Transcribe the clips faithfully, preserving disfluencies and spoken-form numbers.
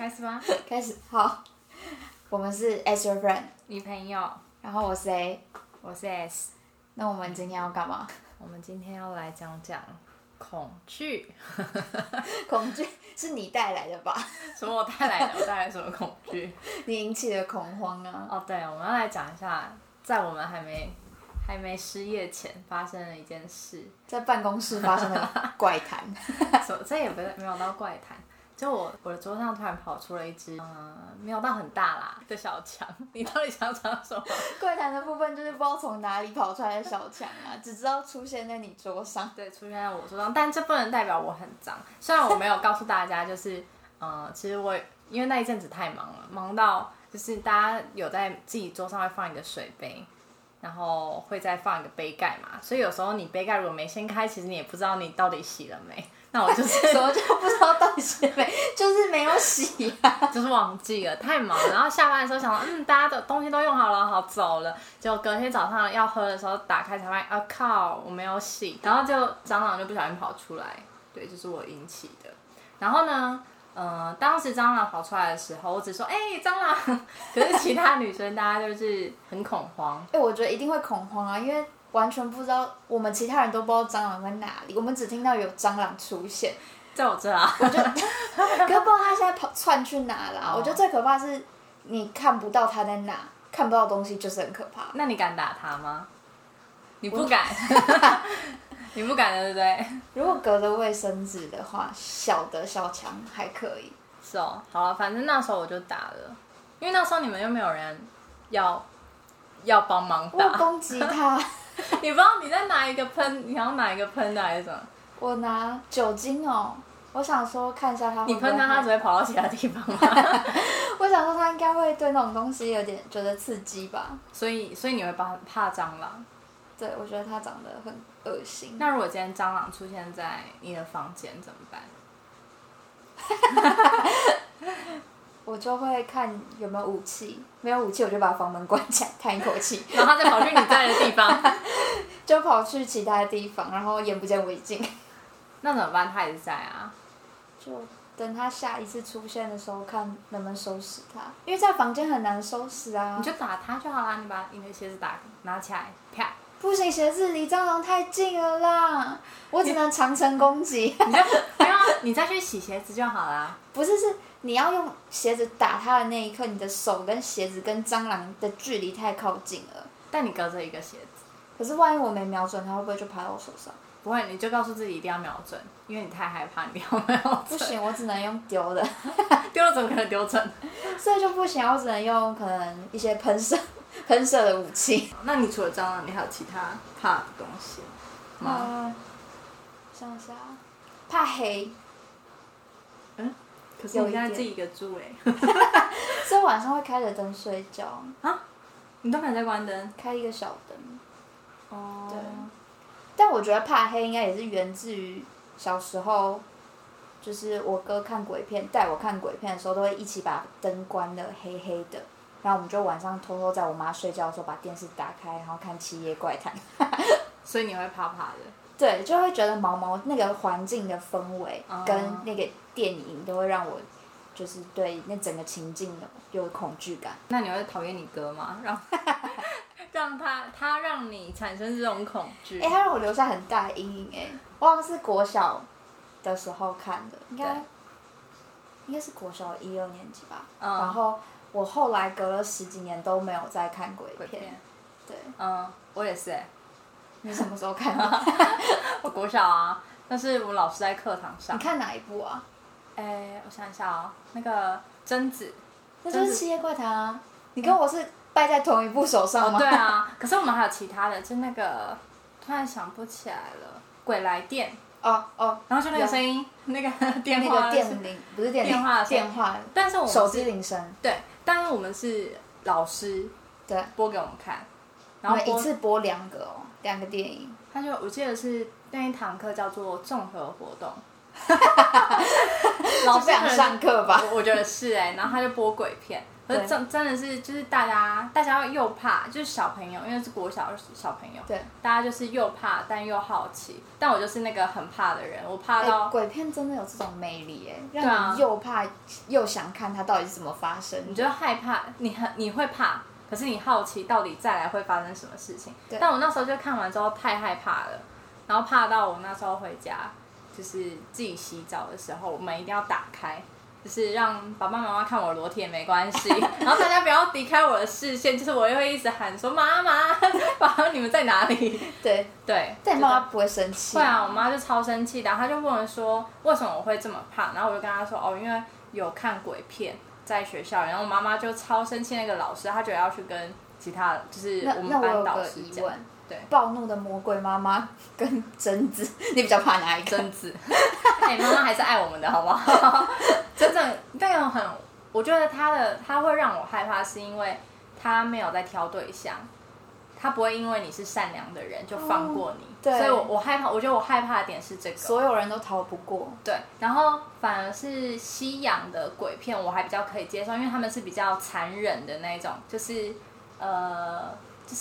开始吗？ 开始，好。我们是 As Your Friend， 女朋友， 然后我是 A， 我是 S。 那我们今天要干嘛？ 我们今天要来讲讲恐惧。 恐惧是你带来的吧？ 什么我带来的？我带来什么恐惧？ 你引起的恐慌啊！ 哦，对，我们要来讲一下，在我们还没还没失业前发生的一件事， 在办公室发生的怪谈。 这也不是没有到怪谈。就我我的桌上突然跑出了一只，嗯，没有到很大啦的小强。你到底想讲什么？ 怪谈的部分就是不知道从哪里跑出来的小强啊，只知道出现在你桌上。 对，出现在我桌上，但这不能代表我很脏。虽然我没有告诉大家，就是，呃，其实我因为那一阵子太忙了，忙到就是大家有在自己桌上会放一个水杯，然后会再放一个杯盖嘛，所以有时候你杯盖如果没掀开，其实你也不知道你到底洗了没。那我就是什么就不知道到底洗没，就是没有洗啊， 就是忘记了，太忙了。然后下班的时候想说，嗯，大家的东西都用好了，好走了。结果隔天早上要喝的时候打开才发现，啊靠，我没有洗。然后就蟑螂就不小心跑出来，对，就是我引起的。然后呢，呃，当时蟑螂跑出来的时候，我只说，哎、欸，蟑螂。可是其他女生大家就是很恐慌。 哎、欸，我觉得一定会恐慌啊，因为完全不知道，我们其他人都不知道蟑螂在哪里，我们只听到有蟑螂出现， 在我这啊。 我就，可是不知道它现在跑窜去哪啦。Oh. 我觉得最可怕是，你看不到它在哪，看不到东西就是很可怕。 那你敢打它吗？你不敢，你不敢的，对不对？ 如果隔着卫生纸的话，小的小强还可以。 是哦，好了，反正那时候我就打了，因为那时候你们又没有人要要帮忙打。 我攻击他。 你不知道你在拿一个喷，你要拿一个喷的还是什么？ 我拿酒精哦，我想说看一下他会不会。 你喷他，他只会跑到其他地方吗？ 我想说他应该会对那种东西有点觉得刺激吧。 所以，所以你会怕怕蟑螂？ 对，我觉得它长得很恶心。 那如果今天蟑螂出现在你的房间怎么办？ 我就会看有没有武器，没有武器我就把房门关起来，叹一口气， 然后他再跑去你在的地方， 就跑去其他的地方，然后眼不见为净。 那怎么办？他也是在啊， 就等他下一次出现的时候，看能不能收拾他，因为在房间很难收拾啊。 你就打他就好啦，你把你的鞋子打拿起来，啪。 不行，鞋子离蟑螂太近了啦，我只能长程攻击。 你就没有啊，你再去洗鞋子就好啦。 不是，是你要用鞋子打它的那一刻，你的手跟鞋子跟蟑螂的距离太靠近了。 但你隔着一个鞋子。 可是万一我没瞄准，它会不会就爬到我手上？ 不会，你就告诉自己一定要瞄准，因为你太害怕，你要瞄准。 不行，我只能用丢的。 丢了怎么可能丢准？ 所以就不行，我只能用可能一些喷射、喷射的武器。 那你除了蟑螂，你还有其他怕的东西吗？ 呃，想一下，怕黑。 嗯，可是你现在自己一个住哎、 欸。所以晚上会开着灯睡觉。 啊？你都没有在关灯？ 开一个小灯。 哦。 对。但我觉得怕黑应该也是源自于小时候，就是我哥看鬼片，带我看鬼片的时候，都会一起把灯关得黑黑的，然后我们就晚上偷偷在我妈睡觉的时候把电视打开，然后看《七夜怪谈》。 所以你会怕怕的。 对，就会觉得毛毛那个环境的氛围跟那个电影都会让我，就是对那整个情境有恐惧感。 那你会讨厌你哥吗？让让他他让你产生这种恐惧？ 哎、欸，他让我留下很大的阴影哎、欸！我好像是国小的时候看的，应该应该是国小一二年级吧。嗯、然后我后来隔了十几年都没有再看鬼片。鬼片对。 嗯，我也是哎、欸。 你什么时候看的？ 我国小啊，但是我老师在课堂上。 你看哪一部啊？ 哎、欸，我想一下哦，那个贞子。 那就是《七夜怪谈》啊！你跟我是败在同一部手上吗？ 哦，对啊，可是我们还有其他的，就那个突然想不起来了，鬼来电。 哦哦。 然后就那个声音，那个电话。 那个电铃不是电铃。 电话。 电话。 但是我们手机铃声。 对，但是我们是老师。 对。 播给我们看。 然后一次播两个哦，两个电影。 他就我记得是那一堂课叫做综合活动。 老师想上课吧？ 我觉得是哎、欸，然后他就播鬼片。可可是真真的是就是大家大家又怕，就是小朋友，因为是国小小朋友， 对， 大家就是又怕但又好奇，但我就是那个很怕的人，我怕到、 欸、鬼片真的有这种魅力哎，让你又怕又想看它到底是怎么发生， 你就害怕，你很你会怕，可是你好奇到底再来会发生什么事情。但我那时候就看完之后太害怕了，然后怕到我那时候回家就是自己洗澡的时候，我门一定要打开。就是让爸爸妈妈看我裸体也没关系，然后大家不要离开我的视线，就是我又会一直喊说妈妈，爸爸你们在哪里？ 对对， 但你妈妈不会生气？ 会啊，我妈就超生气的，然后她就问我说为什么我会这么怕，然后我就跟她说哦，因为有看鬼片在学校，然后我妈妈就超生气那个老师，她觉得要去跟其他就是我们班导师讲。 暴怒的魔鬼妈妈跟贞子，你比较怕哪一个？ 贞子，哎、欸，妈妈还是爱我们的，好不好？真正但有很，我觉得她的她会让我害怕，是因为她没有在挑对象，她不会因为你是善良的人就放过你，哦、对，所以我我害怕，我觉得我害怕的点是这个， 所有人都逃不过。 对，然后反而是西洋的鬼片，我还比较可以接受，因为他们是比较残忍的那种，就是呃，就是。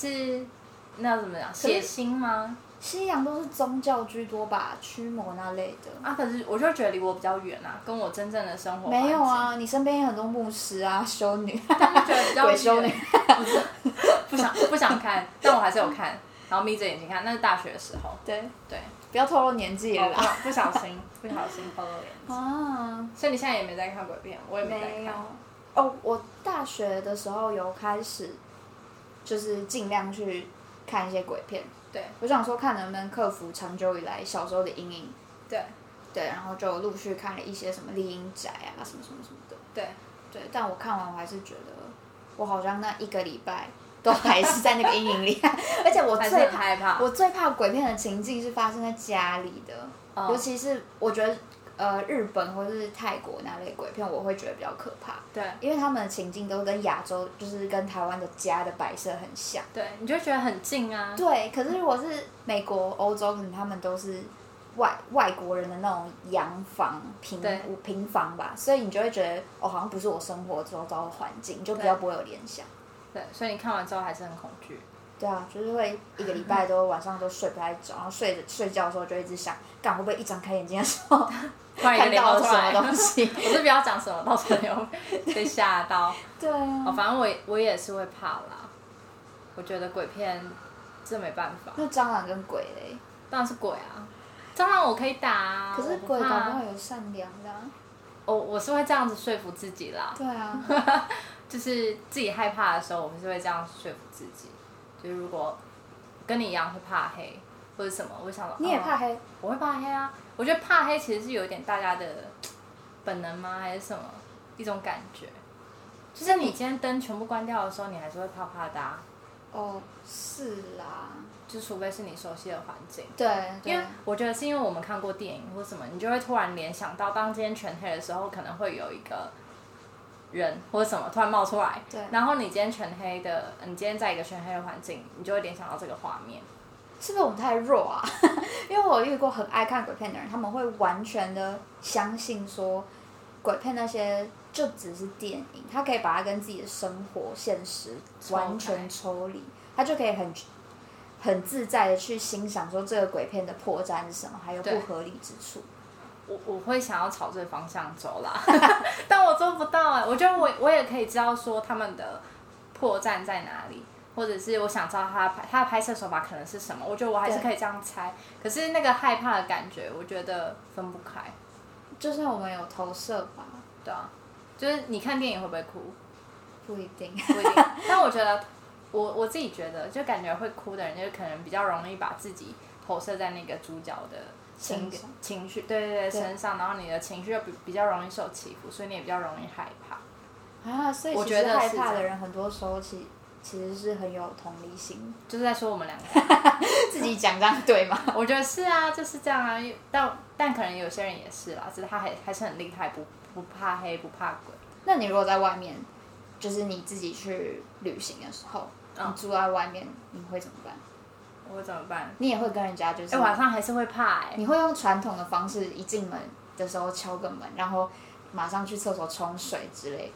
那怎么讲？血腥吗？ 西洋都是宗教居多吧，驱魔那类的。 啊，可是我就觉得离我比较远啊，跟我真正的生活。 没有啊，你身边有很多牧师啊、修女。 但就觉得比较鬼修女。 不是，不想不想看，但我还是有看，然后眯着眼睛看，那是大学的时候。 对对， 不要透露年纪了啦， 哦、不小心不小心透露年纪。啊，所以你现在也没在看鬼片，我也没在看。 哦，我大学的时候有开始，就是尽量去。看一些鬼片， 对， 我想说看能不能克服长久以来小时候的阴影， 对， 对，然后就陆续看了一些什么《丽英宅》啊，什么什么什么的， 对， 对，但我看完我还是觉得，我好像那一个礼拜都还是在那个阴影里，而且我最害怕， 我最怕鬼片的情境是发生在家里的，哦、尤其是我觉得。呃，日本或是泰国那类鬼片，我会觉得比较可怕。 对， 因为他们的情境都跟亚洲，就是跟台湾的家的摆设很像。 对，你就会觉得很近啊。 对，可是如果是美国、欧洲，可能他们都是外外国人的那种洋房、平平房吧，所以你就会觉得哦，好像不是我生活周遭的环境，就比较不会有联想。 对，所以你看完之后还是很恐惧。 对啊，就是会一个礼拜都晚上都睡不太着，然后睡着睡觉的时候就一直想，干会不会一张开眼睛的时候看到了什么东西？ 我是不要讲什么，到时候有被吓到。 对啊。 哦，反正我我也是会怕啦。我觉得鬼片这没办法。 那蟑螂跟鬼嘞？ 当然是鬼啊！蟑螂我可以打啊。 可是鬼搞不好有善良的、啊。 我我是会这样子说服自己啦。 对啊。 就是自己害怕的时候，我是会这样说服自己。就是如果跟你一样会怕黑或者什么，我就想说， 你也怕黑、 哦？我会怕黑啊！我觉得怕黑其实是有一点大家的本能吗？还是什么一种感觉？就是你今天灯全部关掉的时候，你还是会怕怕的、啊。 哦，是啦。 就除非是你熟悉的环境。 对。 因为我觉得是因为我们看过电影或什么，你就会突然联想到，当今天全黑的时候，可能会有一个。人或者什么突然冒出来， 对， 然后你今天全黑的，你今天在一个全黑的环境，你就会联想到这个画面。 是不是我们太弱啊？因为我遇过很爱看鬼片的人，他们会完全的相信说，鬼片那些就只是电影，他可以把它跟自己的生活现实完全抽离，他就可以很很自在的去欣赏说这个鬼片的破绽是什么，还有不合理之处。 我我会想要朝这个方向走啦，但我做不到哎、欸。我觉得我我也可以知道说他们的破绽在哪里，或者是我想知道他拍他的拍摄手法可能是什么。我觉得我还是可以这样猜，可是那个害怕的感觉，我觉得分不开。 就是我们有投射吧？ 对啊，就是你看电影会不会哭？ 不一定， 不一定。但我觉得我我自己觉得，就感觉会哭的人，就可能比较容易把自己投射在那个主角的。情情绪，对对对，身上，然后你的情绪又比比较容易受欺负，所以你也比较容易害怕。 啊，所以其实害怕的人很多时候其其实是很有同理心。 就是在说我们两个自己讲这样对吗？ 我觉得是啊，就是这样啊，但但可能有些人也是啦，只是他还还是很厉害，不不怕黑，不怕鬼。 那你如果在外面，就是你自己去旅行的时候，嗯、你住在外面，你会怎么办？ 我会怎么办？ 你也会跟人家就是？ 哎、欸，晚上还是会怕哎、欸。 你会用传统的方式，一进门的时候敲个门，然后马上去厕所冲水之类的。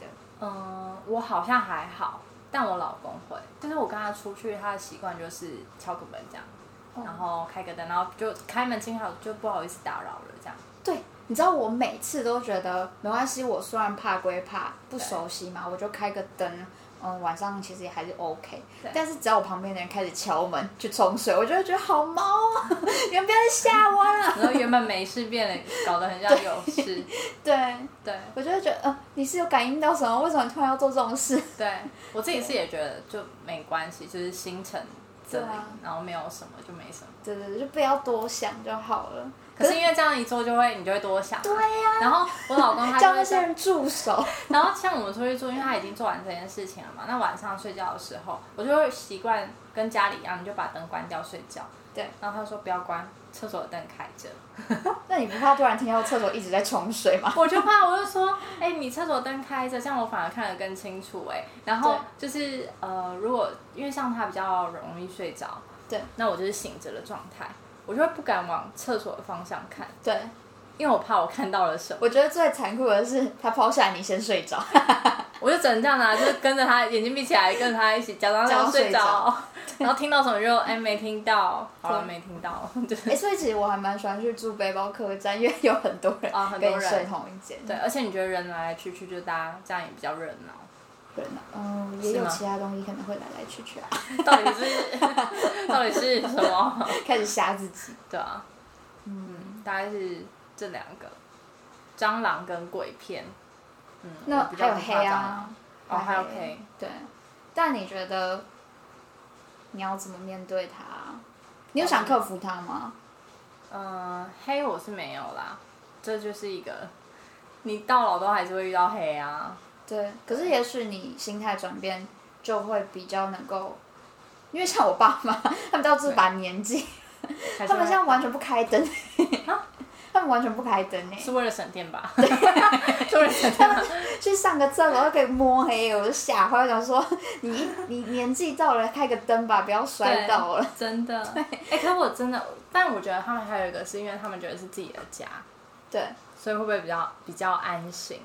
嗯，我好像还好，但我老公会，就是我跟他出去，他的习惯就是敲个门这样，然后开个灯，然后就开门进好，就不好意思打扰了这样。 对，你知道我每次都觉得没关系，我虽然怕归怕，不熟悉嘛，我就开个灯。嗯，晚上其实也还是 OK， 但是只要我旁边的人开始敲门去冲水，我就会觉得好毛啊！你们不要再吓我了。 然后原本没事变得搞得很像有事。 对对， 我就会觉得，呃，你是有感应到什么？为什么你突然要做这种事？ 对，我自己是也觉得就没关系，就是心诚则灵，啊，然后没有什么就没什么。 对对对，就不要多想就好了。 可是因为这样一做就会，你就会多想。 对呀，啊。 然后我老公他就叫那些人住手。 然后像我们出去住，因为他已经做完这件事情了嘛，那晚上睡觉的时候，我就会习惯跟家里一样，你就把灯关掉睡觉。 对。 然后他说不要关，厕所的灯开着。 那你不怕突然听到厕所一直在冲水吗？ 我就怕，我就说，哎、欸，你厕所灯开着，这样我反而看得更清楚哎、欸。然后就是呃，如果因为像他比较容易睡着， 对， 那我就是醒着的状态。我就会不敢往厕所的方向看， 对， 因为我怕我看到了什么。 我觉得最残酷的是他抛下来，你先睡着， 我就只能这样啊，就是跟着他，眼睛闭起来，跟着他一起假装要睡着，然后听到什么就哎、欸、没听到，好了没听到，就是。 哎、欸，所以其实我还蛮喜欢去住背包客栈，因为有很多人啊，很多人睡同一间。 对，而且你觉得人来来去去，就大家这样也比较热闹。 人啊，嗯，也有其他东西可能会来来去去啊。 到底是到底是什么？ 开始吓自己。 对啊。嗯，大概是这两个，蟑螂跟鬼片。嗯， 那还有黑啊。 哦，还有黑。 对。但你觉得你要怎么面对它？你有想克服它吗？ 嗯，黑我是没有啦，这就是一个，你到老都还是会遇到黑啊。 对，可是也许你心态转变，就会比较能够，因为像我爸妈，他们到这把年纪，他们现在完全不开灯，他们完全不开灯诶。 是为了省电吧？对，是为了省电吧。 去上个厕所都可以摸黑，我就吓坏，想说你你年纪到了，开个灯吧，不要摔到了。 真的。哎、欸，可是我真的，但我觉得他们还有一个是因为他们觉得是自己的家， 对， 所以会不会比较比较安心？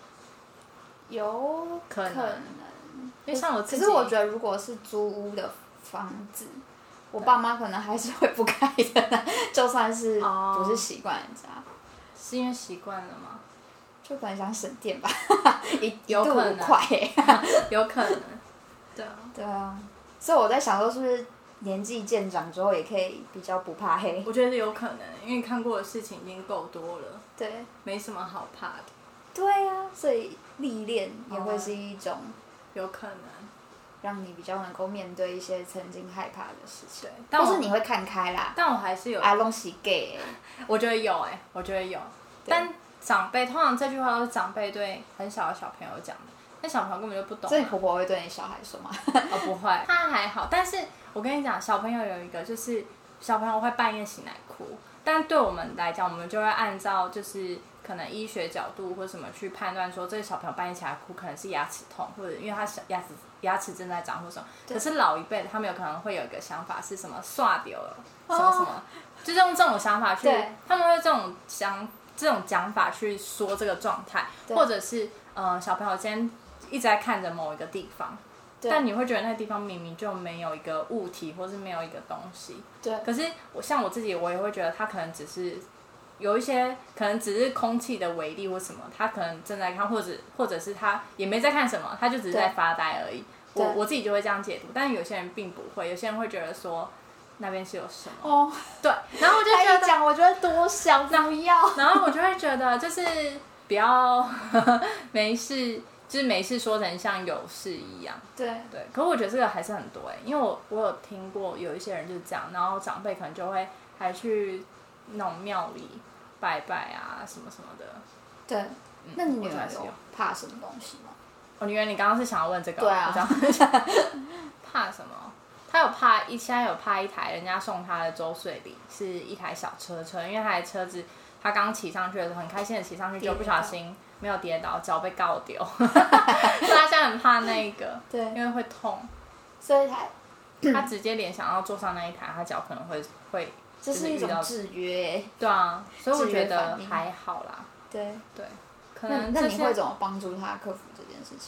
有可能， 因为像我自己， 可是我觉得如果是租屋的房子，我爸妈可能还是会不开的，就算是不是习惯人家， 是因为习惯了吗？ 就可能想省电吧，一有可能， 一度五块， 有可能，对啊， 对啊，所以我在想说，是不是年纪渐长之后也可以比较不怕黑？ 我觉得有可能，因为看过的事情已经够多了， 对， 没什么好怕的。 对啊，所以历练也会是一种， 有可能让你比较能够面对一些曾经害怕的事情， 但或是你会看开啦。 但我还是有， 啊，拢是假的。 我觉得有哎、欸，我觉得有，但长辈通常这句话都是长辈对很小的小朋友讲的，那小朋友根本就不懂、啊。 所以婆婆会对你小孩说吗？ 哦，不会，他还好。但是我跟你讲，小朋友有一个就是小朋友会半夜醒来哭，但对我们来讲，我们就会按照就是可能医学角度或什么去判断说，这个小朋友半夜起来哭可能是牙齿痛，或者因为他牙齿牙齿正在长或什么。可是老一辈的他们有可能会有一个想法是什么刷掉了什么什么，就是用这种想法去，他们会这种想这种讲法去说这个状态，或者是呃小朋友今天一直在看着某一个地方。但你会觉得那个地方明明就没有一个物体，或是没有一个东西。 对。 可是我像我自己，我也会觉得它可能只是有一些，可能只是空气的微粒或什么，他可能正在看，或者或者是他也没在看什么，他就只是在发呆而已。我我自己就会这样解读，但有些人并不会，有些人会觉得说那边是有什么。哦。对。然后我就觉得讲，我觉得多想不要。 然后我就会觉得就是不要没事。就是没事说成像有事一样， 对对。可是我觉得这个还是很多哎、欸，因为我我有听过有一些人就是这样，然后长辈可能就会还去那种庙里拜拜啊什么什么的。对， 嗯、那你女儿有怕什么东西吗？ 我女儿，你刚刚是想要问这个？ 对啊。 怕什么？她有怕一，现在有怕一台人家送她的周岁礼，是一台小车车，因为她的车子她刚骑上去的时候很开心的骑上去，就不小心。没有跌倒，脚被告丢，所以他现在很怕那个， 对， 因为会痛， 所以他他直接联想到坐上那一台，他脚可能会会， 这是一种制约， 对啊，所以我觉得还好啦， 对对，可能那那你会怎么帮助他克服这件事情？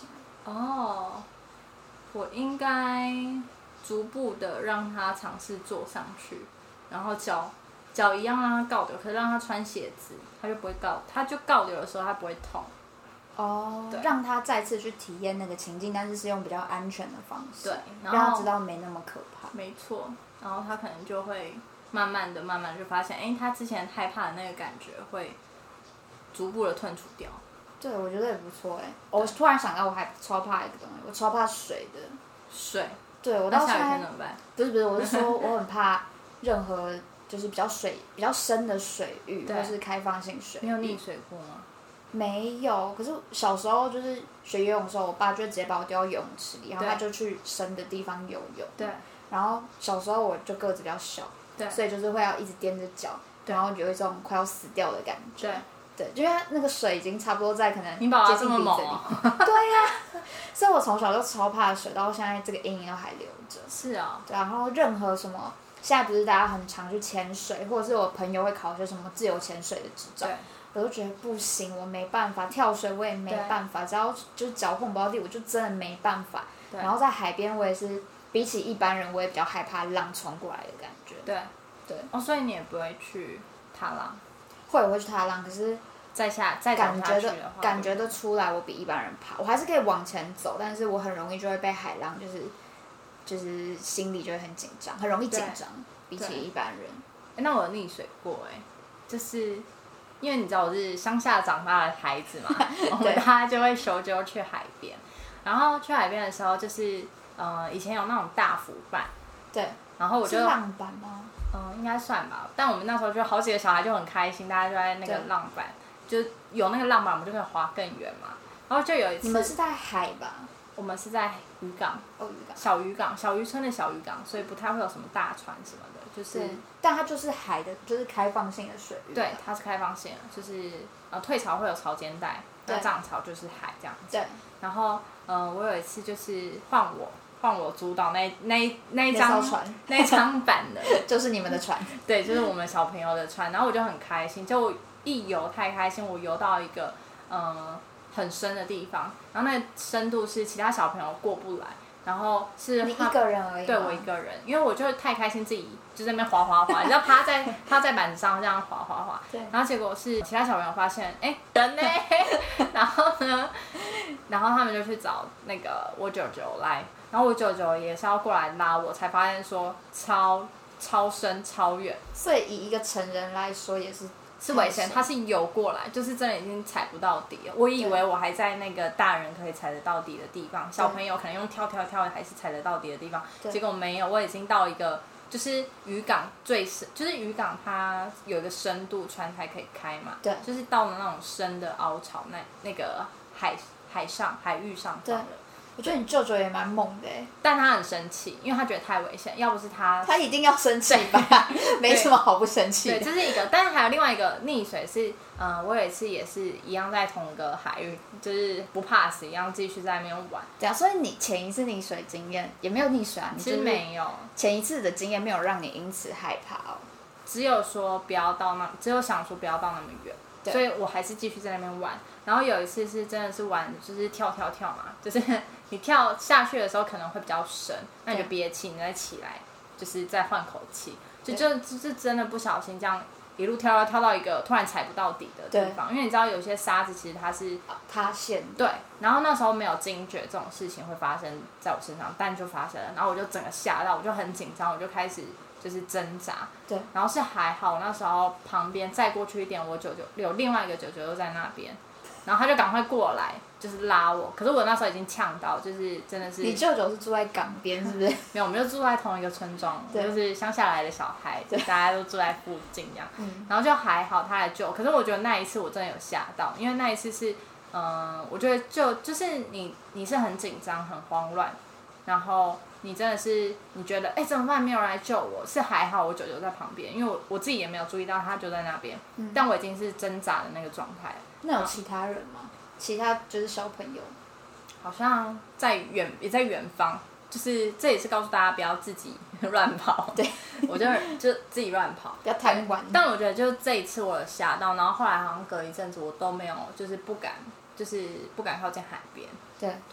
哦，我应该逐步的让他尝试坐上去，然后脚脚一样让他告流，可是让他穿鞋子，他就不会告，他就告流的时候他不会痛。 哦，让他再次去体验那个情境，但是是用比较安全的方式， 对，然后让他知道没那么可怕。 没错，然后他可能就会慢慢的、慢慢的就发现，哎，他之前害怕的那个感觉会逐步的褪除掉。 对，我觉得也不错哎。我突然想到，我还超怕一个东西，我超怕水的。 水。 对，我到现那下雨在天怎么办？ 不是不是，我是说我很怕任何就是比较水、比较深的水域，或是开放性水域。 你有溺水过吗？ 没有，可是小时候就是学游泳的时候，我爸就直接把我丢到游泳池里，然后他就去深的地方游泳。 对。 然后小时候我就个子比较小， 对， 所以就是会要一直踮着脚，然后有一种快要死掉的感觉。对。对，因为它那个水已经差不多在可能接近鼻子里。 你宝宝这么猛哦。 对呀、啊，所以我从小就超怕水，到现在这个阴影都还留着。 是啊、哦。 对，然后任何什么，现在不是大家很常去潜水，或者是我朋友会考一些什么自由潜水的执照。我就觉得不行，我没办法跳水，我也没办法，只要就是脚碰不到地，我就真的没办法。然后在海边，我也是比起一般人，我也比较害怕浪冲过来的感觉。 对， 对。 哦，所以你也不会去踏浪？ 会，我会去踏浪，可是再下再走下去的话， 感觉得出来我比一般人怕，我还是可以往前走，但是我很容易就会被海浪，就是就是心里就会很紧张，很容易紧张，比起一般人。 欸、那我有溺水过哎、欸，就是。因为你知道我是乡下长大的孩子嘛，我们大家就会休休去海边，然后去海边的时候就是呃以前有那种大浮板， 对， 然后我就。 是浪板吗？ 嗯、呃，应该算吧。但我们那时候就好几个小孩就很开心，大家就在那个浪板，就有那个浪板，我们就可以滑更远嘛。然后就有一次。 你们是在海吧？ 我们是在渔港。 哦，渔港。 小渔港，小渔村的小渔港，所以不太会有什么大船什么的，就是。 但它就是海的，就是开放性的水域。 对，它是开放性的，就是呃退潮会有潮间带，那涨潮就是海这样子。 对。 然后呃，我有一次就是换我换我主导那那那一张船那张板的， 就是你们的船。 对，就是我们小朋友的船，然后我就很开心，就一游太开心，我游到一个呃很深的地方，然后那个深度是其他小朋友过不来。然后是你一个人而已， 对我一个人，因为我就太开心，自己就在那边滑滑滑，你知道趴在趴在板子上这样滑滑滑， 对。 然后结果是其他小朋友发现，哎，人呢？然后呢，然后他们就去找那个我舅舅来，然后我舅舅也是要过来拉我，才发现说超超深超远。 所以以一个成人来说也是。 是危险，他是游过来，就是真的已经踩不到底了。我以为我还在那个大人可以踩得到底的地方，小朋友可能用跳跳跳还是踩得到底的地方，结果没有，我已经到一个就是渔港最深，就是渔港它有一个深度船才可以开嘛， 对， 就是到了那种深的凹槽那那个海海上海域上方了。 我觉得你舅舅也蛮猛的哎， 但他很生气，因为他觉得太危险，要不是他， 他一定要生气吧，没什么好不生气的。 对，这是一个，但是还有另外一个溺水是，嗯、呃，我有一次也是一样在同一个海域，就是不怕死一样继续在那边玩。 对啊，所以你前一次溺水经验也没有溺水啊？你其实没有， 前一次的经验没有让你因此害怕哦。 只有说不要到那，只有想说不要到那么远。所以我还是继续在那边玩，然后有一次是真的是玩，就是跳跳跳嘛，就是你跳下去的时候可能会比较深，那你就憋气，你再起来，就是再换口气，就就就是真的不小心这样一路跳跳跳到一个突然踩不到底的地方，因为你知道有些沙子其实它是塌陷， 对，然后那时候没有惊觉这种事情会发生在我身上，但就发生了，然后我就整个吓到，我就很紧张，我就开始。就是挣扎， 对， 然后是还好，那时候旁边再过去一点，我舅舅有另外一个舅舅又在那边，然后他就赶快过来，就是拉我。可是我那时候已经呛到，就是真的是。 你舅舅是住在港边是不是？ 没有，我们就住在同一个村庄，就是乡下来的小孩，就大家都住在附近这样。嗯。然后就还好他来救，可是我觉得那一次我真的有吓到，因为那一次是，嗯、呃，我觉得就就是你你是很紧张很慌乱，然后。你真的是，你觉得哎、欸、怎么办？没有人来救我，是还好我舅舅在旁边，因为我我自己也没有注意到他就在那边、嗯，但我已经是挣扎的那个状态。 那有其他人吗？其他就是小朋友， 好像在远也在远方，就是这也是告诉大家不要自己乱跑。 对， 我就就自己乱跑， 不要贪玩。 但我觉得就这一次我有吓到，然后后来好像隔一阵子我都没有，就是不敢，就是不敢靠近海边。 对对。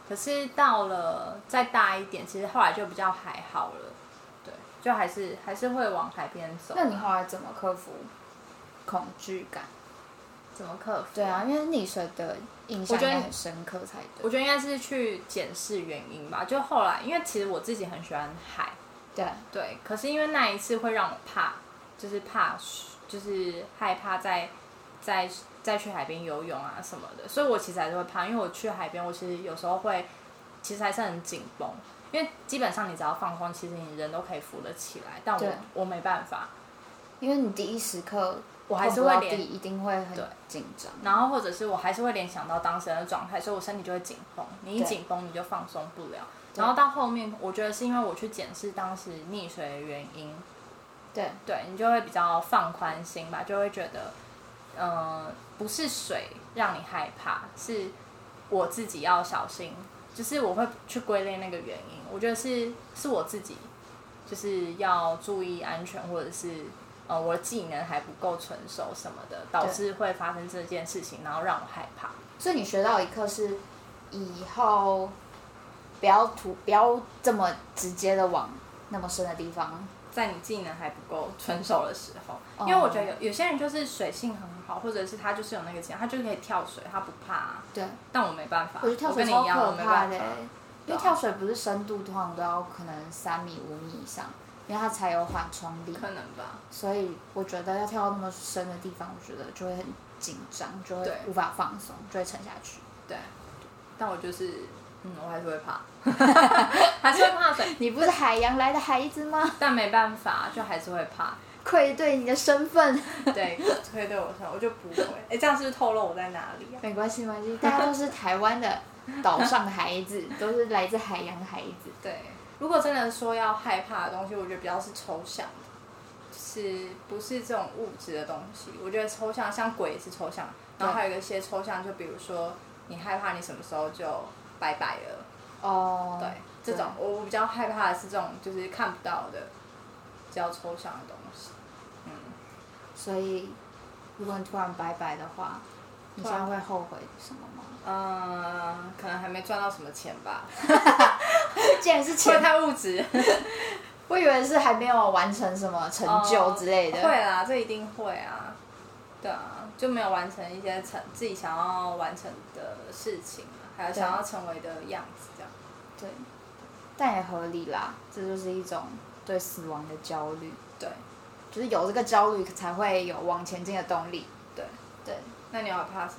可是到了再大一点，其实后来就比较还好了，对，就还是还是会往海边走。 那你后来怎么克服恐惧感？ 怎么克服？ 对啊，因为溺水的印象应该很深刻才对。 我觉得应该是去检视原因吧。就后来，因为其实我自己很喜欢海， 对对，可是因为那一次会让我怕，就是怕，就是害怕再再再去海边游泳啊什么的，所以我其实还是会怕。因为我去海边，我其实有时候会，其实还是很紧绷，因为基本上你只要放松，其实你人都可以浮得起来，但我我没办法， 因为你第一时刻。 我还是会联， 一定会很紧张， 然后或者是我还是会联想到当时的状态，所以我身体就会紧绷。你一紧绷，你就放松不了。然后到后面，我觉得是因为我去检视当时溺水的原因， 对， 对你就会比较放宽心吧，就会觉得，嗯、呃，不是水让你害怕，是我自己要小心，就是我会去归类那个原因。我觉得是是我自己，就是要注意安全，或者是。呃，我的技能还不够成熟什么的，导致会发生这件事情，然后让我害怕。 所以你学到一课是，以后不要图不要这么直接的往那么深的地方， 在你技能还不够成熟的时候，哦、因为我觉得有有些人就是水性很好，或者是他就是有那个技能，他就可以跳水，他不怕、啊。 对。 但我没办法， 我觉得跳水超可怕的，因为跳水不是深度通常都要可能三米五米以上。因为它才有缓冲力， 可能吧。 所以我觉得要跳到那么深的地方，我觉得就会很紧张，就会无法放松，就会沉下去。 对。但我就是，嗯，我还是会怕，还是会怕水。 你不是海洋来的孩子吗？ 但没办法，就还是会怕。 愧对你的身份。 对，愧对我的身份，我就不会。哎、欸，这样是不是透露我在哪里、啊？ 没关系，没关系，大家都是台湾的岛上的孩子，都是来自海洋的孩子。 对。如果真的说要害怕的东西，我觉得比较是抽象的，就是不是这种物质的东西。我觉得抽象，像鬼也是抽象，然后还有一些抽象，就比如说你害怕你什么时候就拜拜了。 哦。 对，这种我我比较害怕的是这种就是看不到的，比较抽象的东西。嗯。 所以，如果你突然拜拜的话，你现在会后悔什么吗？ 嗯，可能还没赚到什么钱吧。 既然是钱， 太物质。 我以为是还没有完成什么成就之类的。 哦、会啦，这一定会啊。对啊，就没有完成一些成自己想要完成的事情，还有想要成为的样子，这样。 对。但也合理啦，这就是一种对死亡的焦虑。 对。 就是有这个焦虑，才会有往前进的动力。 对。 对。 那你要怕什么？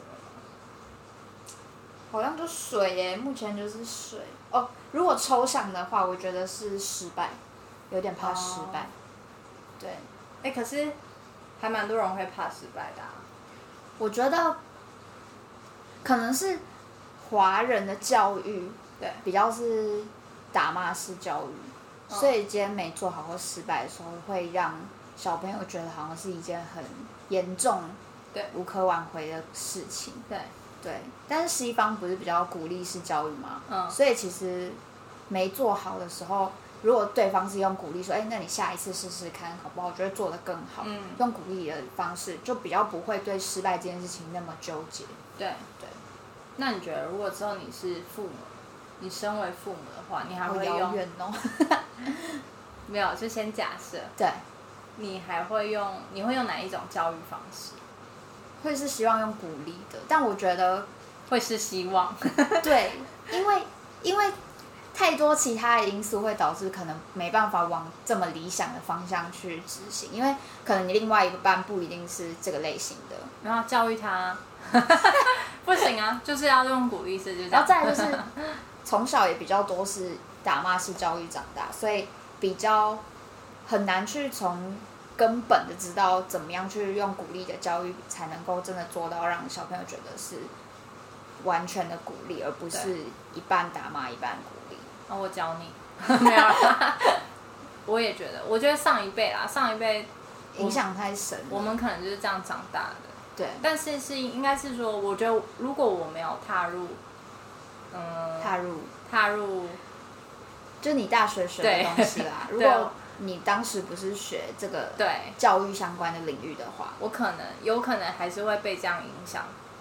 好像就水耶，目前就是水哦。如果抽象的话，我觉得是失败，有点怕失败。哦、对。 哎、欸，可是还蛮多人会怕失败的、啊。 我觉得可能是华人的教育， 对， 比较是打骂式教育，哦、所以今天没做好或失败的时候，会让小朋友觉得好像是一件很严重、 对， 无可挽回的事情。 对。 对，但是西方不是比较鼓励式教育嘛， 嗯， 所以其实没做好的时候，如果对方是用鼓励说，哎，那你下一次试试看好不好？我觉得做得更好， 嗯， 用鼓励的方式，就比较不会对失败这件事情那么纠结。 对对。那你觉得，如果之后你是父母，你身为父母的话，你还会用？ 好遥远哦。 没有，就先假设。 对。 你还会用？你会用哪一种教育方式？ 会是希望用鼓励的，但我觉得会是希望。 对，因为因为太多其他的因素会导致可能没办法往这么理想的方向去执行，因为可能你另外一个班不一定是这个类型的， 然后教育他，不行啊，就是要用鼓励式，就这样。 然后再来就是从小也比较多是打骂式教育长大，所以比较很难去从根本的知道怎么样去用鼓励的教育，才能够真的做到让小朋友觉得是完全的鼓励，而不是一半打骂一半鼓励。 哦，我教你，没有啦。我也觉得，我觉得上一辈啦，上一辈影响太深， 我们可能就是这样长大的。 对。 但是是应该是说，我觉得如果我没有踏入，嗯， 踏入踏入， 就你大学学的东西啦。如果你当时不是学这个对教育相关的领域的话， 我可能有可能还是会被这样影响，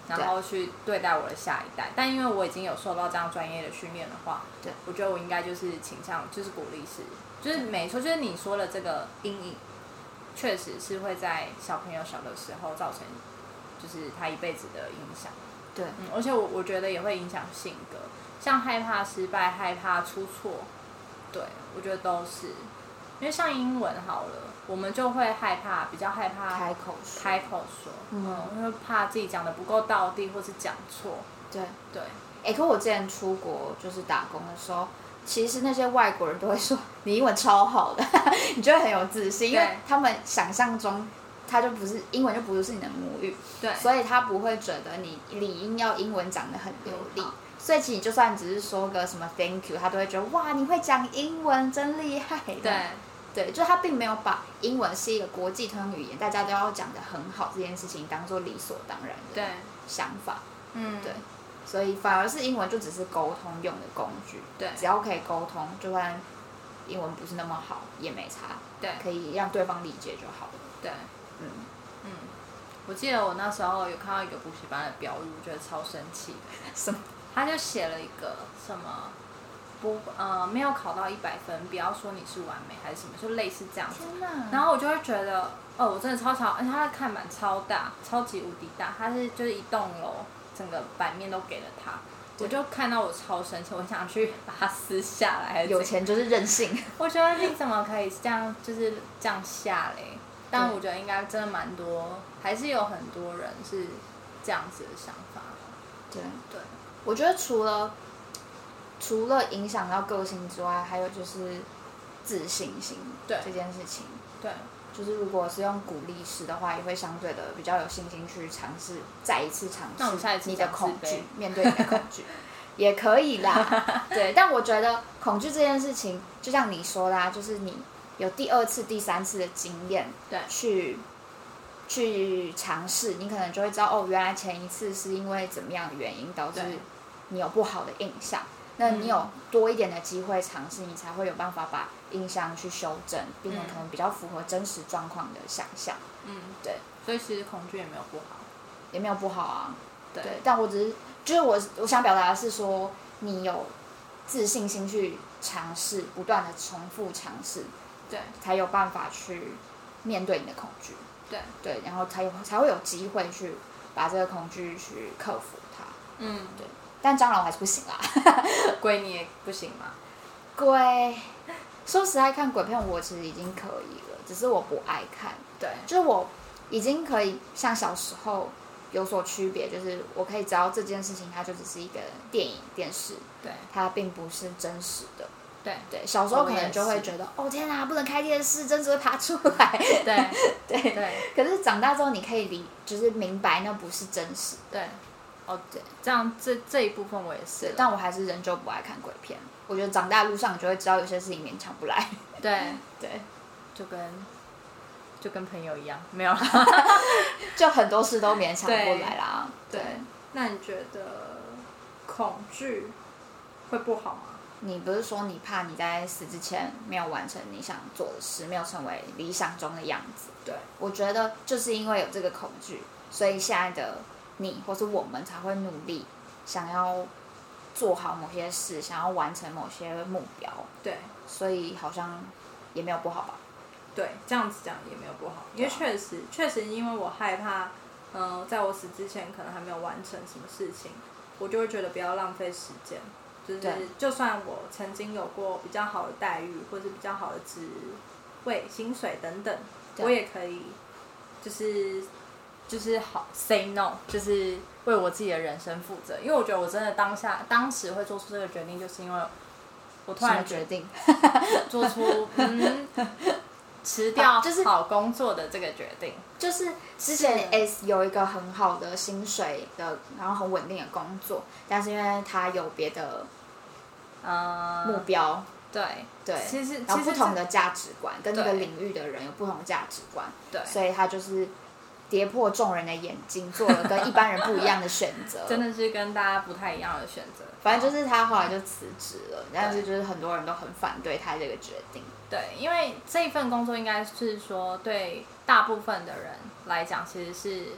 然后去对待我的下一代。但因为我已经有受到这样专业的训练的话， 对， 我觉得我应该就是倾向就是鼓励是，就是没错，就是你说的这个阴影，确实是会在小朋友小的时候造成，就是他一辈子的影响。 对， 嗯，而且我我觉得也会影响性格，像害怕失败、害怕出错，对我觉得都是，因为像英文好了，我们就会害怕，比较害怕开口说， 开口说，嗯，因为怕自己讲的不够到地，或是讲错。 对对， 哎、欸，可我之前出国就是打工的时候，其实那些外国人都会说你英文超好的，你就会很有自信，因为他们想象中。他就不是英文，就不是你的母语， 对， 所以他不会觉得你理应要英文讲得很流利，所以其实就算只是说个什么 thank you， 他都会觉得哇，你会讲英文，真厉害。 对， 对，就他并没有把英文是一个国际通用语言，大家都要讲得很好这件事情当做理所当然的想法。 嗯， 对，所以反而是英文就只是沟通用的工具， 对， 只要可以沟通，就算英文不是那么好也没差， 对， 可以让对方理解就好了。 对。 嗯嗯，我记得我那时候有看到一个补习班的标语，我觉得超生气的。 什么？ 他就写了一个什么不呃没有考到一百分，不要说你是完美还是什么，就类似这样子。 天哪！ 然后我就会觉得，哦，我真的超超，而且他的看板超大，超级无敌大，它是就是一栋楼，整个版面都给了他。我就看到我超生气，我想去把它撕下来。 有钱就是任性。 我觉得你怎么可以这样，就是这样下嘞？但我觉得应该真的蛮多，还是有很多人是这样子的想法。 对对， 我觉得除了除了影响到个性之外，还有就是自信心这件事情。 对， 就是如果是用鼓励式的话，也会相对的比较有信心去尝试，再一次尝试你的恐惧，面对你的恐惧。也可以啦，对，但我觉得恐惧这件事情，就像你说的、啊，就是你有第二次、第三次的经验， 对， 去去尝试，你可能就会知道哦，原来前一次是因为怎么样的原因导致你有不好的印象。那你有多一点的机会尝试，你才会有办法把印象去修正，变成可能比较符合真实状况的想象。 嗯， 对， 所以其实恐惧也没有不好， 也没有不好啊。 对， 对，但我只是就是我我想表达的是说，你有自信心去尝试，不断的重复尝试， 对， 才有办法去面对你的恐惧。 对对，然后才有才会有机会去把这个恐惧去克服它。 嗯， 对。但蟑螂我还是不行啦。 鬼你也不行吗？ 鬼，说实在看鬼片我其实已经可以了，只是我不爱看。 对， 就是我已经可以像小时候有所区别，就是我可以知道这件事情它就只是一个电影电视， 对， 它并不是真实的。 对对，小时候可能就会觉得哦天哪，不能开电视，真实会爬出来。 对对对。 可是长大之后，你可以理，就是明白那不是真实。 对。哦，对，这样这这一部分我也是， 但我还是仍旧不爱看鬼片。我觉得长大路上你就会知道有些事情勉强不来。 对对， 就跟就跟朋友一样，没有啦， 就很多事都勉强不来啦。 对，对，那你觉得恐惧会不好吗？ 你不是说你怕你在死之前没有完成你想做的事，没有成为理想中的样子？ 对， 我觉得就是因为有这个恐惧，所以现在的你或是我们才会努力，想要做好某些事，想要完成某些目标。 对， 所以好像也没有不好吧？ 对，这样子讲也没有不好，因为确实确实因为我害怕，嗯、呃，在我死之前可能还没有完成什么事情，我就会觉得不要浪费时间。就是就算我曾经有过比较好的待遇，或是比较好的职位、薪水等等，我也可以，就是就是好 say no， 就是为我自己的人生负责。因为我觉得我真的当下当时会做出这个决定，就是因为我突然决定做出嗯辞掉就是好工作的这个决定。 就是之前 S 有一个很好的薪水的，然后很稳定的工作，但是因为他有别的呃目标， 对对， 其实然后不同的价值观，跟那个领域的人有不同的价值观， 对， 所以他就是跌破众人的眼睛，做了跟一般人不一样的选择， 真的是跟大家不太一样的选择。 反正就是他后来就辞职了，但是就是很多人都很反对他这个决定。 对，因为这一份工作应该是说对大部分的人来讲，其实是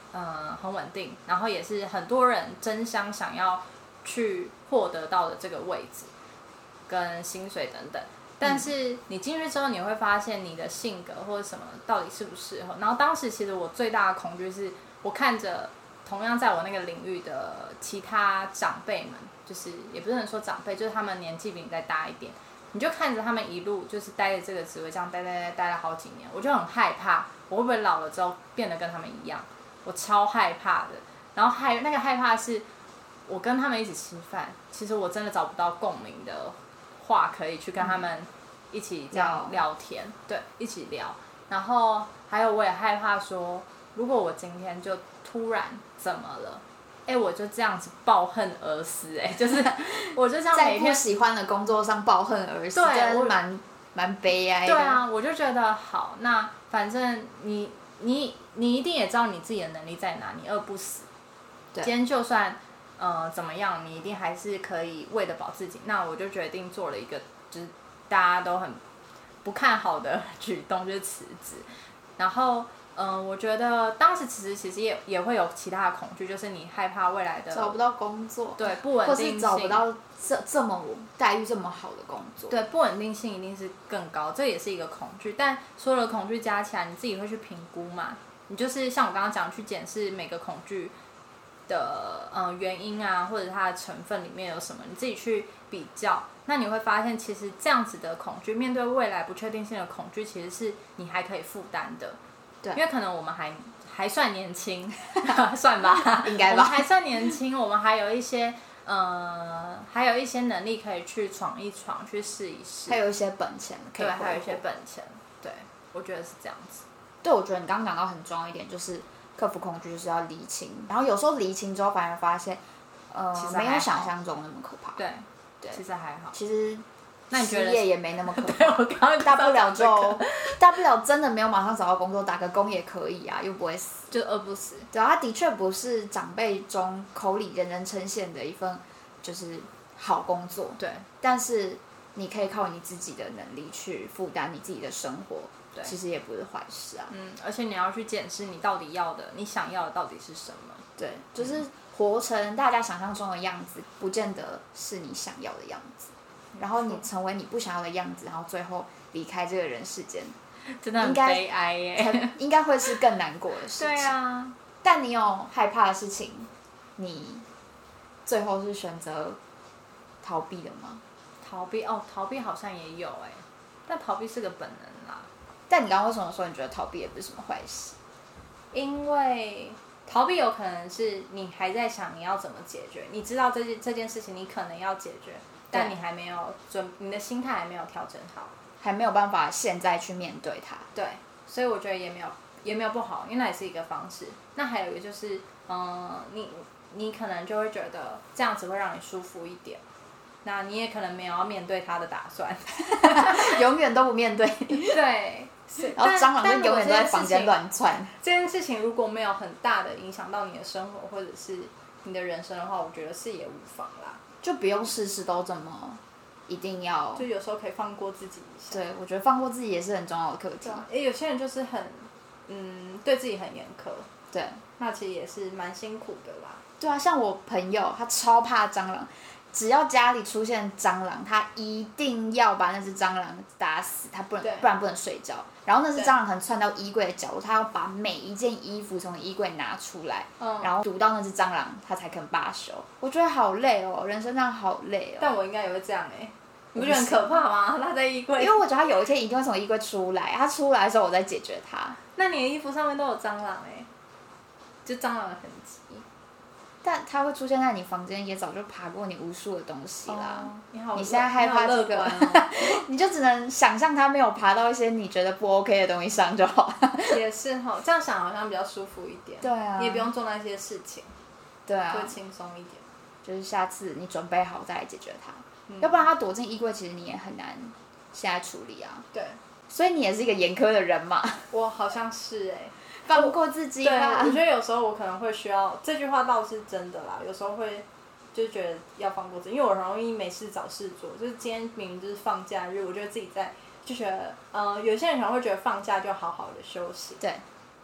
嗯很稳定，然后也是很多人争相想要去获得到的这个位置跟薪水等等。但是你进去之后，你会发现你的性格或者什么到底适不适合。然后当时其实我最大的恐惧是，我看着同样在我那个领域的其他长辈们，就是也不是能说长辈，就是他们年纪比你再大一点，你就看着他们一路就是待着这个职位，这样待待待待了好几年，我就很害怕，我会不会老了之后变得跟他们一样？我超害怕的。然后还有那个害怕是，我跟他们一起吃饭，其实我真的找不到共鸣的话可以去跟他们一起这样聊天，嗯、对，一起聊。然后还有我也害怕说，如果我今天就突然怎么了，哎，我就这样子抱恨而死，哎，就是我就这样每天在不喜欢的工作上抱恨而死，对，我蛮蛮悲哀的。 对啊，我就觉得好，那反正你你你一定也知道你自己的能力在哪，你饿不死。今天就算呃怎么样，你一定还是可以喂得饱自己。那我就决定做了一个就是大家都很不看好的举动，就是辞职。然后嗯、呃，我觉得当时辞职其实也也会有其他的恐惧，就是你害怕未来的找不到工作， 对，不稳定性， 或是找不到这这么待遇这么好的工作， 对，不稳定性一定是更高，这也是一个恐惧。但所有的恐惧加起来，你自己会去评估嘛？你就是像我刚刚讲，去检视每个恐惧的呃原因啊，或者它的成分里面有什么，你自己去比较。那你会发现，其实这样子的恐惧，面对未来不确定性的恐惧，其实是你还可以负担的。 对， 因为可能我们还还算年轻，算吧， 应该吧， 我们还算年轻，我们还有一些呃，还有一些能力可以去闯一闯，去试一试， 还有一些本钱可以对，还有一些本钱，对，我觉得是这样子。 对，我觉得你刚刚讲到很重要一点，就是克服恐惧就是要厘清，然后有时候厘清之后，反而发现，呃，没有想象中那么可怕。 对，对，其实还好。 其实。 那你觉得失业也没那么可怕， 对我刚刚大不了就大不了真的没有马上找到工作，打个工也可以啊，又不会死， 就饿不死。 对啊，它的确不是长辈中口里人人称羡的一份就是好工作， 对。 但是你可以靠你自己的能力去负担你自己的生活， 对， 其实也不是坏事啊。 嗯，而且你要去检视你到底要的，你想要的到底是什么。 对，就是活成大家想象中的样子，不见得是你想要的样子。然后你成为你不想要的样子，然后最后离开这个人世间， 真的很悲哀耶。 应该会是更难过的事情。 对啊。 但你有害怕的事情，你最后是选择逃避的吗？ 逃避哦，逃避好像也有哎，但逃避是个本能啦。 但你刚刚为什么说你觉得逃避也不是什么坏事？ 因为逃避有可能是你还在想你要怎么解决，你知道这件这件事情你可能要解决。但你还没有准，你的心态还没有调整好， 还没有办法现在去面对它。 对，所以我觉得也没有也没有不好，因为那也是一个方式。那还有一个就是，嗯、呃，你你可能就会觉得这样子会让你舒服一点，那你也可能没有要面对它的打算， 永远都不面对。 对， 然后蟑螂就永远都在房间乱窜。 这件事情如果没有很大的影响到你的生活或者是你的人生的话，我觉得是也无妨啦。 就不用事事都这么一定要， 就有时候可以放过自己一下。 对，我觉得放过自己也是很重要的课题。 诶，有些人就是很，嗯，对自己很严苛。 对， 那其实也是蛮辛苦的啦。 对啊，像我朋友，他超怕蟑螂，只要家里出现蟑螂，他一定要把那只蟑螂打死，他不能，不然不能睡觉。然后那只蟑螂可能窜到衣柜的角落，他要把每一件衣服从衣柜拿出来，嗯、然后堵到那只蟑螂，他才肯罢休。我觉得好累哦，人生这样好累哦。 但我应该也会这样哎、欸，你不觉得很可怕吗？他在衣柜， 因为我觉得他有一天一定会从衣柜出来，他出来的时候我再解决他。 那你的衣服上面都有蟑螂哎、欸，就蟑螂的痕迹。 但它会出现在你房间，也早就爬过你无数的东西啦。 哦、你好， 你现在害怕这个，哦、你就只能想象它没有爬到一些你觉得不 OK 的东西上就好。 也是哈、哦，这样想好像比较舒服一点。 对啊， 你也不用做那些事情。 对啊， 会轻松一点。 就是下次你准备好再来解决它，嗯、要不然它躲进衣柜，其实你也很难现在处理啊。 对， 所以你也是一个严苛的人嘛。 我好像是哎、欸。 放过自己吧。 对，我觉得有时候我可能会需要这句话倒是真的啦。有时候会就觉得要放过自己，因为我很容易没事找事做。就是今天明明就是放假日，我觉得自己在就觉得，呃，有些人可能会觉得放假就好好的休息。 对。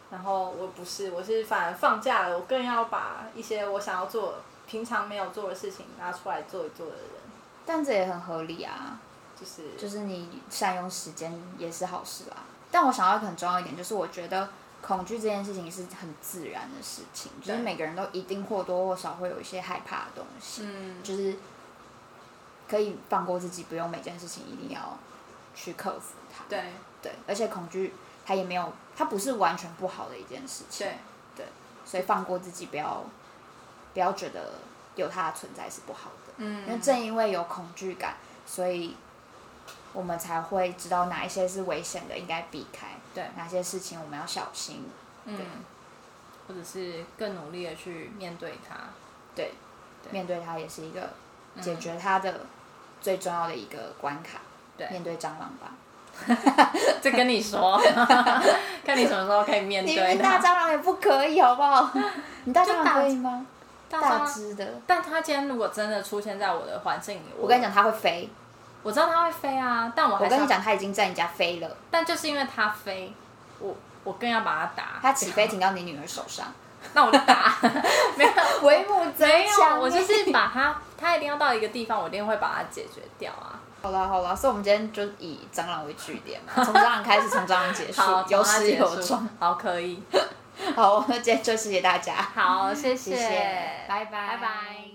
然后我不是，我是反而放假了，我更要把一些我想要做、平常没有做的事情拿出来做一做的人。 但这也很合理啊， 就是就是你善用时间也是好事啊。但我想到一个很重要一点，就是我觉得恐惧这件事情是很自然的事情，就是每个人都一定或多或少会有一些害怕的东西，嗯，就是可以放过自己，不用每件事情一定要去克服它。 对对，而且恐惧它也没有，它不是完全不好的一件事情。 对对，所以放过自己，不要不要觉得有它的存在是不好的。嗯，因为正因为有恐惧感，所以我们才会知道哪一些是危险的，应该避开。 对， 哪些事情我们要小心。 嗯，或者是更努力的去面对它。 对，对面对它也是一个解决它的最重要的一个关卡。对，面对蟑螂吧。 这跟你说，看你什么时候可以面对它。 你大蟑螂也不可以，好不好？你大蟑螂可以吗？大只的。 但它今天如果真的出现在我的环境里， 我跟你讲，它会飞。 我知道它会飞啊，但我还是我跟你讲，它已经在你家飞了。 但就是因为它飞，我我更要把它打。 它起飞停到你女儿手上， 那我就打。没有， 为母则强。 我就是把它，它一定要到一个地方，我一定会把它解决掉啊。 好啦好啦，所以我们今天就以蟑螂为据点嘛，从蟑螂开始，从蟑螂结束，有始有终。 好，可以。 好，那今天就谢谢大家。 好，谢谢， 谢谢，拜拜， 拜拜。